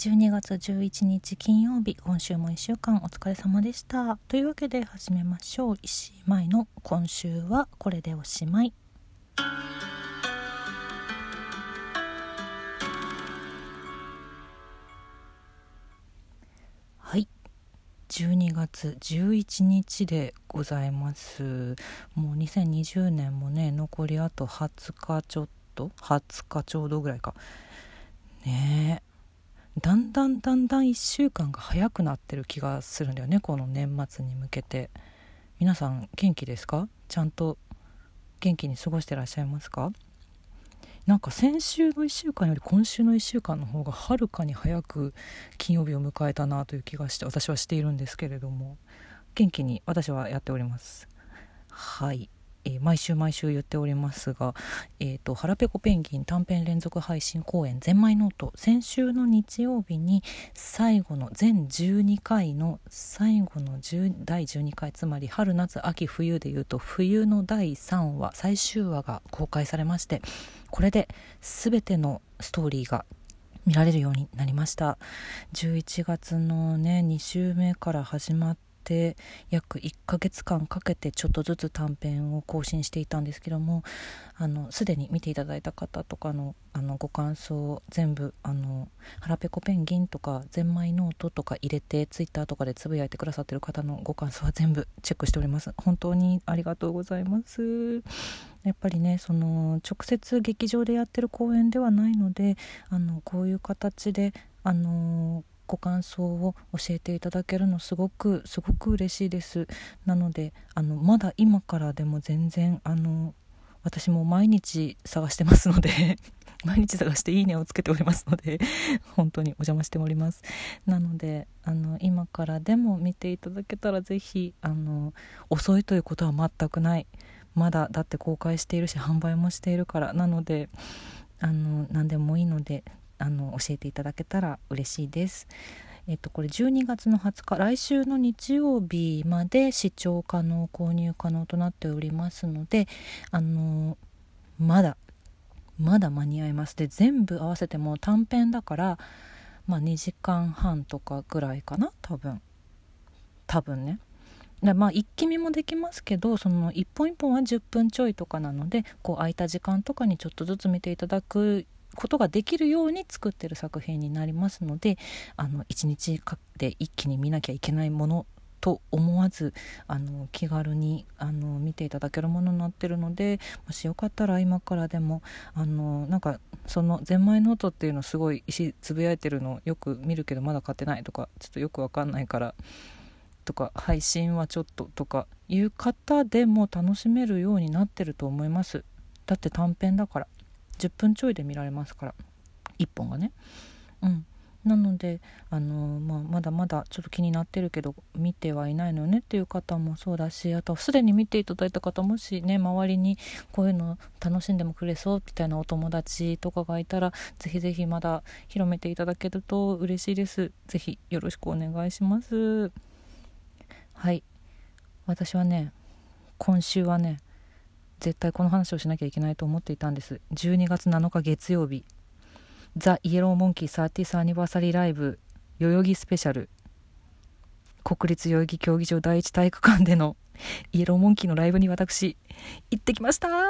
12月11日金曜日、今週も1週間お疲れ様でした。というわけで始めましょう。石井舞の今週はこれでおしまい。はい、12月11日でございます。もう2020年もね、残りあと20日ちょうどぐらいかね。だんだん1週間が早くなってる気がするんだよね、この年末に向けて。皆さん元気ですか？ちゃんと元気に過ごしてらっしゃいますか？なんか先週の1週間より今週の1週間の方がはるかに早く金曜日を迎えたなという気がして私はしているんですけれども、元気に私はやっております。はい、毎週言っておりますが、腹ペコペンギン短編連続配信公演ゼンマイノート、先週の日曜日に最後の全12回の最後の第12回、つまり春夏秋冬でいうと冬の第3話最終話が公開されまして、これで全てのストーリーが見られるようになりました。11月のね2週目から始まって約1ヶ月間かけてちょっとずつ短編を更新していたんですけども、すでに見ていただいた方とかのご感想全部腹ペコペンギンとかゼンマイノートとか入れてツイッターとかでつぶやいてくださってる方のご感想は全部チェックしております。本当にありがとうございます。やっぱりね、その直接劇場でやってる公演ではないので、こういう形でご感想を教えていただけるのすごく嬉しいです。なのでまだ今からでも全然私も毎日探してますので毎日探していいねをつけておりますので本当にお邪魔しております。なので今からでも見ていただけたらぜひ遅いということは全くない。まだだって公開しているし販売もしているから、なので何でもいいので教えていただけたら嬉しいです。これ12月の20日、来週の日曜日まで視聴可能購入可能となっておりますので、まだ間に合います。で全部合わせても短編だから、2時間半とかぐらいかな、多分ね。一気見もできますけど、その一本一本は10分ちょいとかなので、こう空いた時間とかにちょっとずつ見ていただくことができるように作ってる作品になりますので、1日かけて一気に見なきゃいけないものと思わず気軽に見ていただけるものになってるので、もしよかったら今からでもなんかそのゼンマイノートっていうのすごいつぶやいてるのよく見るけどまだ買ってないとか、ちょっとよくわかんないからとか、配信はちょっととかいう方でも楽しめるようになってると思います。だって短編だから10分ちょいで見られますから、1本がね。なのでまだまだちょっと気になってるけど見てはいないのよねっていう方もそうだし、あとすでに見ていただいた方、もしね周りにこういうの楽しんでもくれそうみたいなお友達とかがいたら、ぜひぜひまだ広めていただけると嬉しいです。ぜひよろしくお願いします。はい、私はね今週はね絶対この話をしなきゃいけないと思っていたんです。12月7日月曜日、ザ・イエローモンキー 30th アニバーサリーライブ代々木スペシャル、国立代々木競技場第一体育館でのイエローモンキーのライブに私行ってきました。イエーイ、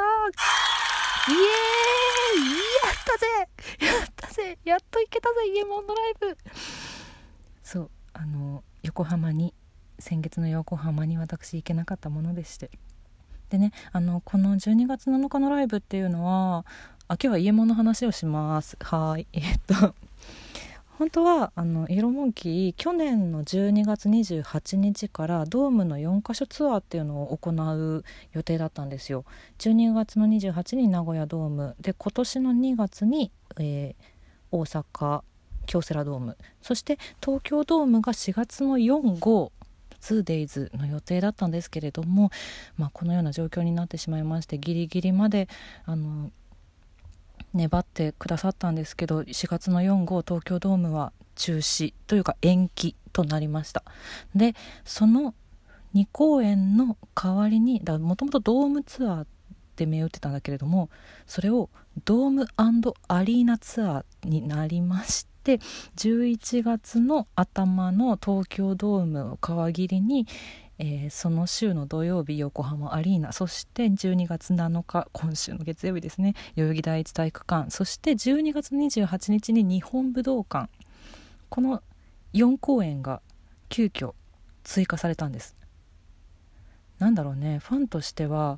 やったぜやっと行けたぜ、イエモンのライブ。そう横浜に、先月の横浜に私行けなかったものでして、でねこの12月7日のライブっていうのは今日はイエモンの話をします。はい本当はイエローモンキー去年の12月28日からドームの4カ所ツアーっていうのを行う予定だったんですよ。12月の28に名古屋ドームで、今年の2月に、大阪京セラドーム、そして東京ドームが4月の4、5 2days の予定だったんですけれども、このような状況になってしまいまして、ギリギリまで粘ってくださったんですけど、4月の4、5東京ドームは中止というか延期となりました。でその2公演の代わりに、もともとドームツアーっって銘打ってたんだけれども、それをドーム&アリーナツアーになりまして、11月の頭の東京ドームを皮切りに、その週の土曜日横浜アリーナ、そして12月7日今週の月曜日ですね、代々木第一体育館、そして12月28日に日本武道館、この4公演が急遽追加されたんです。なんだろうね、ファンとしては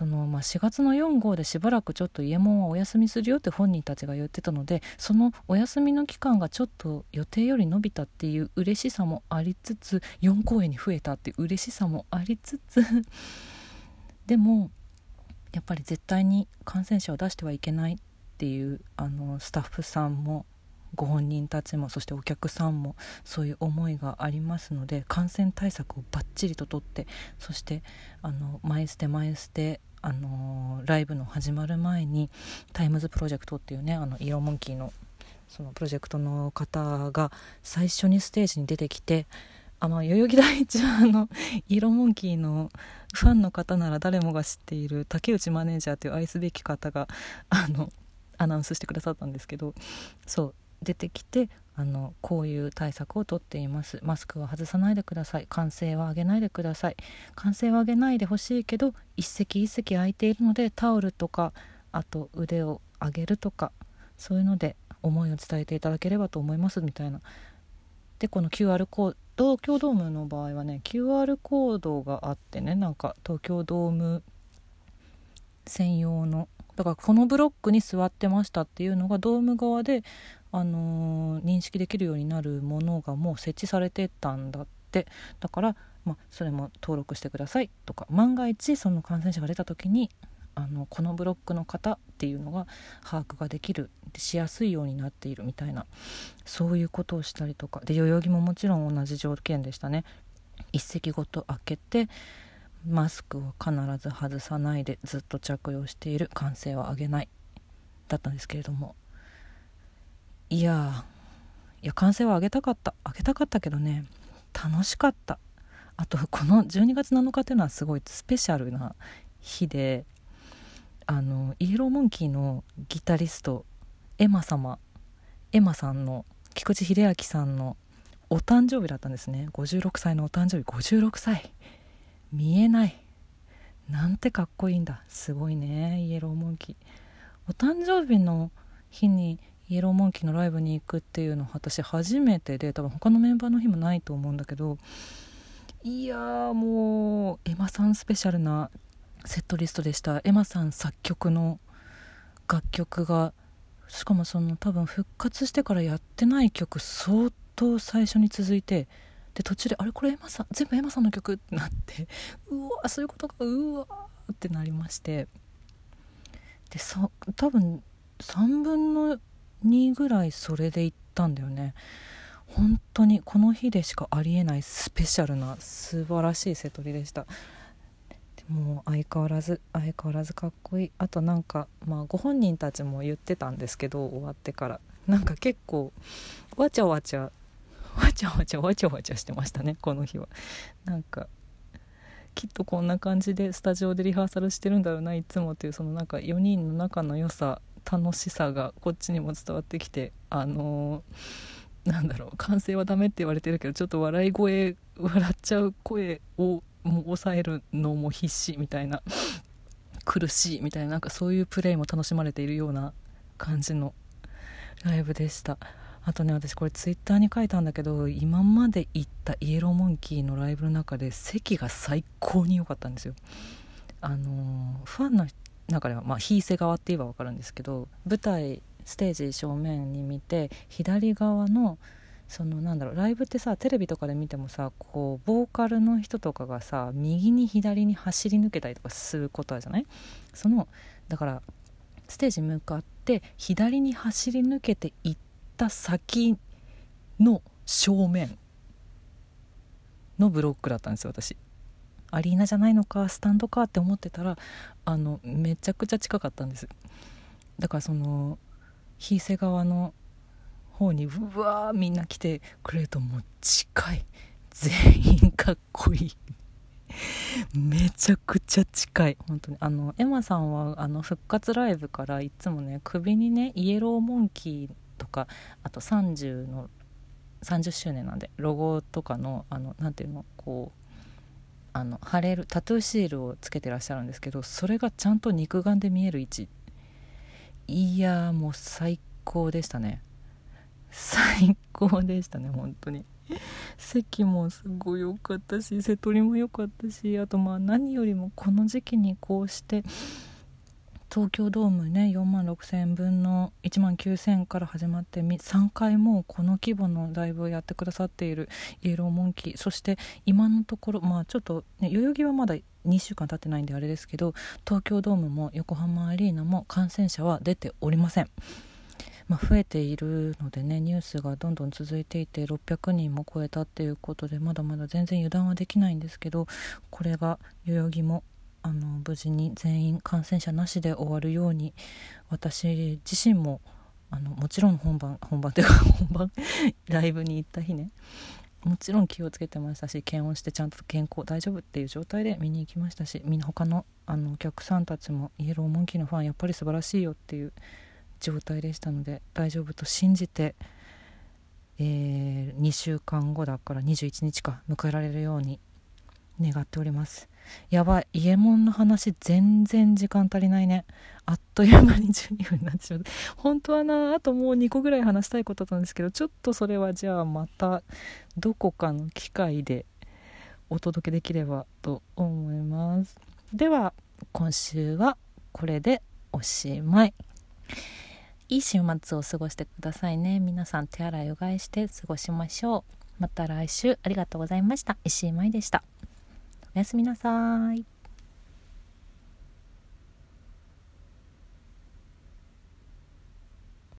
4月の4号でしばらくちょっと伊右衛門はお休みするよって本人たちが言ってたので、そのお休みの期間がちょっと予定より伸びたっていう嬉しさもありつつ、4公演に増えたっていう嬉しさもありつつでもやっぱり絶対に感染者を出してはいけないっていうスタッフさんもご本人たちも、そしてお客さんもそういう思いがありますので、感染対策をバッチリととって、そして前捨てライブの始まる前にタイムズプロジェクトっていうね、イエローモンキーのそのプロジェクトの方が最初にステージに出てきて、代々木第一はイエローモンキーのファンの方なら誰もが知っている竹内マネージャーという愛すべき方がアナウンスしてくださったんですけど、そう出てきてこういう対策をとっています。マスクは外さないでください。歓声は上げないでください。歓声は上げないでほしいけど一席一席空いているのでタオルとか、あと腕を上げるとか、そういうので思いを伝えていただければと思いますみたいな。でこの QR コード、東京ドームの場合はね QR コードがあってね、なんか東京ドーム専用の、だからこのブロックに座ってましたっていうのがドーム側で認識できるようになるものがもう設置されてたんだって。だから、それも登録してくださいとか、万が一その感染者が出た時にこのブロックの方っていうのが把握ができるしやすいようになっているみたいな、そういうことをしたりとかで、代々木ももちろん同じ条件でしたね。一席ごと開けてマスクを必ず外さないでずっと着用している、歓声は上げないだったんですけれども、いや歓声は上げたかったけどね、楽しかった。あとこの12月7日っていうのはすごいスペシャルな日で、イエローモンキーのギタリストエマさんの菊池秀明さんのお誕生日だったんですね。56歳のお誕生日、56歳見えない、なんてかっこいいんだ、すごいねイエローモンキー。お誕生日の日にイエローモンキーのライブに行くっていうの私初めてで、多分他のメンバーの日もないと思うんだけど、いやーもうエマさんスペシャルなセットリストでした。エマさん作曲の楽曲が、しかも多分復活してからやってない曲相当最初に続いて、で途中でこれ全部エマさんの曲ってなって、うわそういうことか、うわってなりまして、で多分3分の2ぐらいそれで行ったんだよね。本当にこの日でしかありえないスペシャルな素晴らしいセトリでした。もう相変わらずかっこいい。あとご本人たちも言ってたんですけど、終わってから結構わちゃわちゃしてましたね、この日は。きっとこんな感じでスタジオでリハーサルしてるんだろうな、いつもっていう4人の仲の良さ、楽しさがこっちにも伝わってきて、歓声はダメって言われてるけど、ちょっと笑っちゃう声をもう抑えるのも必死みたいな、苦しいみたいな、そういうプレイも楽しまれているような感じのライブでした。あとね、私これツイッターに書いたんだけど、今まで行ったイエローモンキーのライブの中で席が最高に良かったんですよ。ファンの中ではヒーセ側って言えば分かるんですけど、舞台ステージ正面に見て左側のライブってさ、テレビとかで見てもさ、こうボーカルの人とかがさ右に左に走り抜けたりとかすることあるじゃない。だからステージ向かって左に走り抜けていった先の正面のブロックだったんですよ。私アリーナじゃないのかスタンドかって思ってたら、めちゃくちゃ近かったんです。だからヒーセ側の方にうわーみんな来てくれると、もう近い、全員かっこいいめちゃくちゃ近い。本当にエマさんは復活ライブからいつもね、首にねイエローモンキーとか、あと30周年なんでロゴとかのなんていうの、こう貼れるタトゥーシールをつけてらっしゃるんですけど、それがちゃんと肉眼で見える位置、いやもう最高でしたね。最高でしたね本当に。席もすごい良かったし、瀬戸りも良かったし、あと何よりもこの時期にこうして東京ドームね4万6千分の1万9千から始まって3回もこの規模のライブをやってくださっているイエローモンキー、そして今のところちょっとね代々木はまだ2週間経ってないんであれですけど、東京ドームも横浜アリーナも感染者は出ておりません。増えているのでね、ニュースがどんどん続いていて600人も超えたっていうことで、まだまだ全然油断はできないんですけど、これが代々木も無事に全員感染者なしで終わるように、私自身ももちろん本番というか本番ライブに行った日ね、もちろん気をつけてましたし、検温してちゃんと健康大丈夫っていう状態で見に行きましたし、みんな他のお客さんたちもイエローモンキーのファンやっぱり素晴らしいよっていう状態でしたので、大丈夫と信じて、2週間後だから21日か迎えられるように願っております。やばい、イエモンの話全然時間足りないね。あっという間に12分になってしまう。本当はあともう2個ぐらい話したいことなんですけど、ちょっとそれはじゃあまたどこかの機会でお届けできればと思います。では今週はこれでおしまい。いい週末を過ごしてくださいね。皆さん手洗いうがいして過ごしましょう。また来週。ありがとうございました。石井舞でした。おやすみなさい。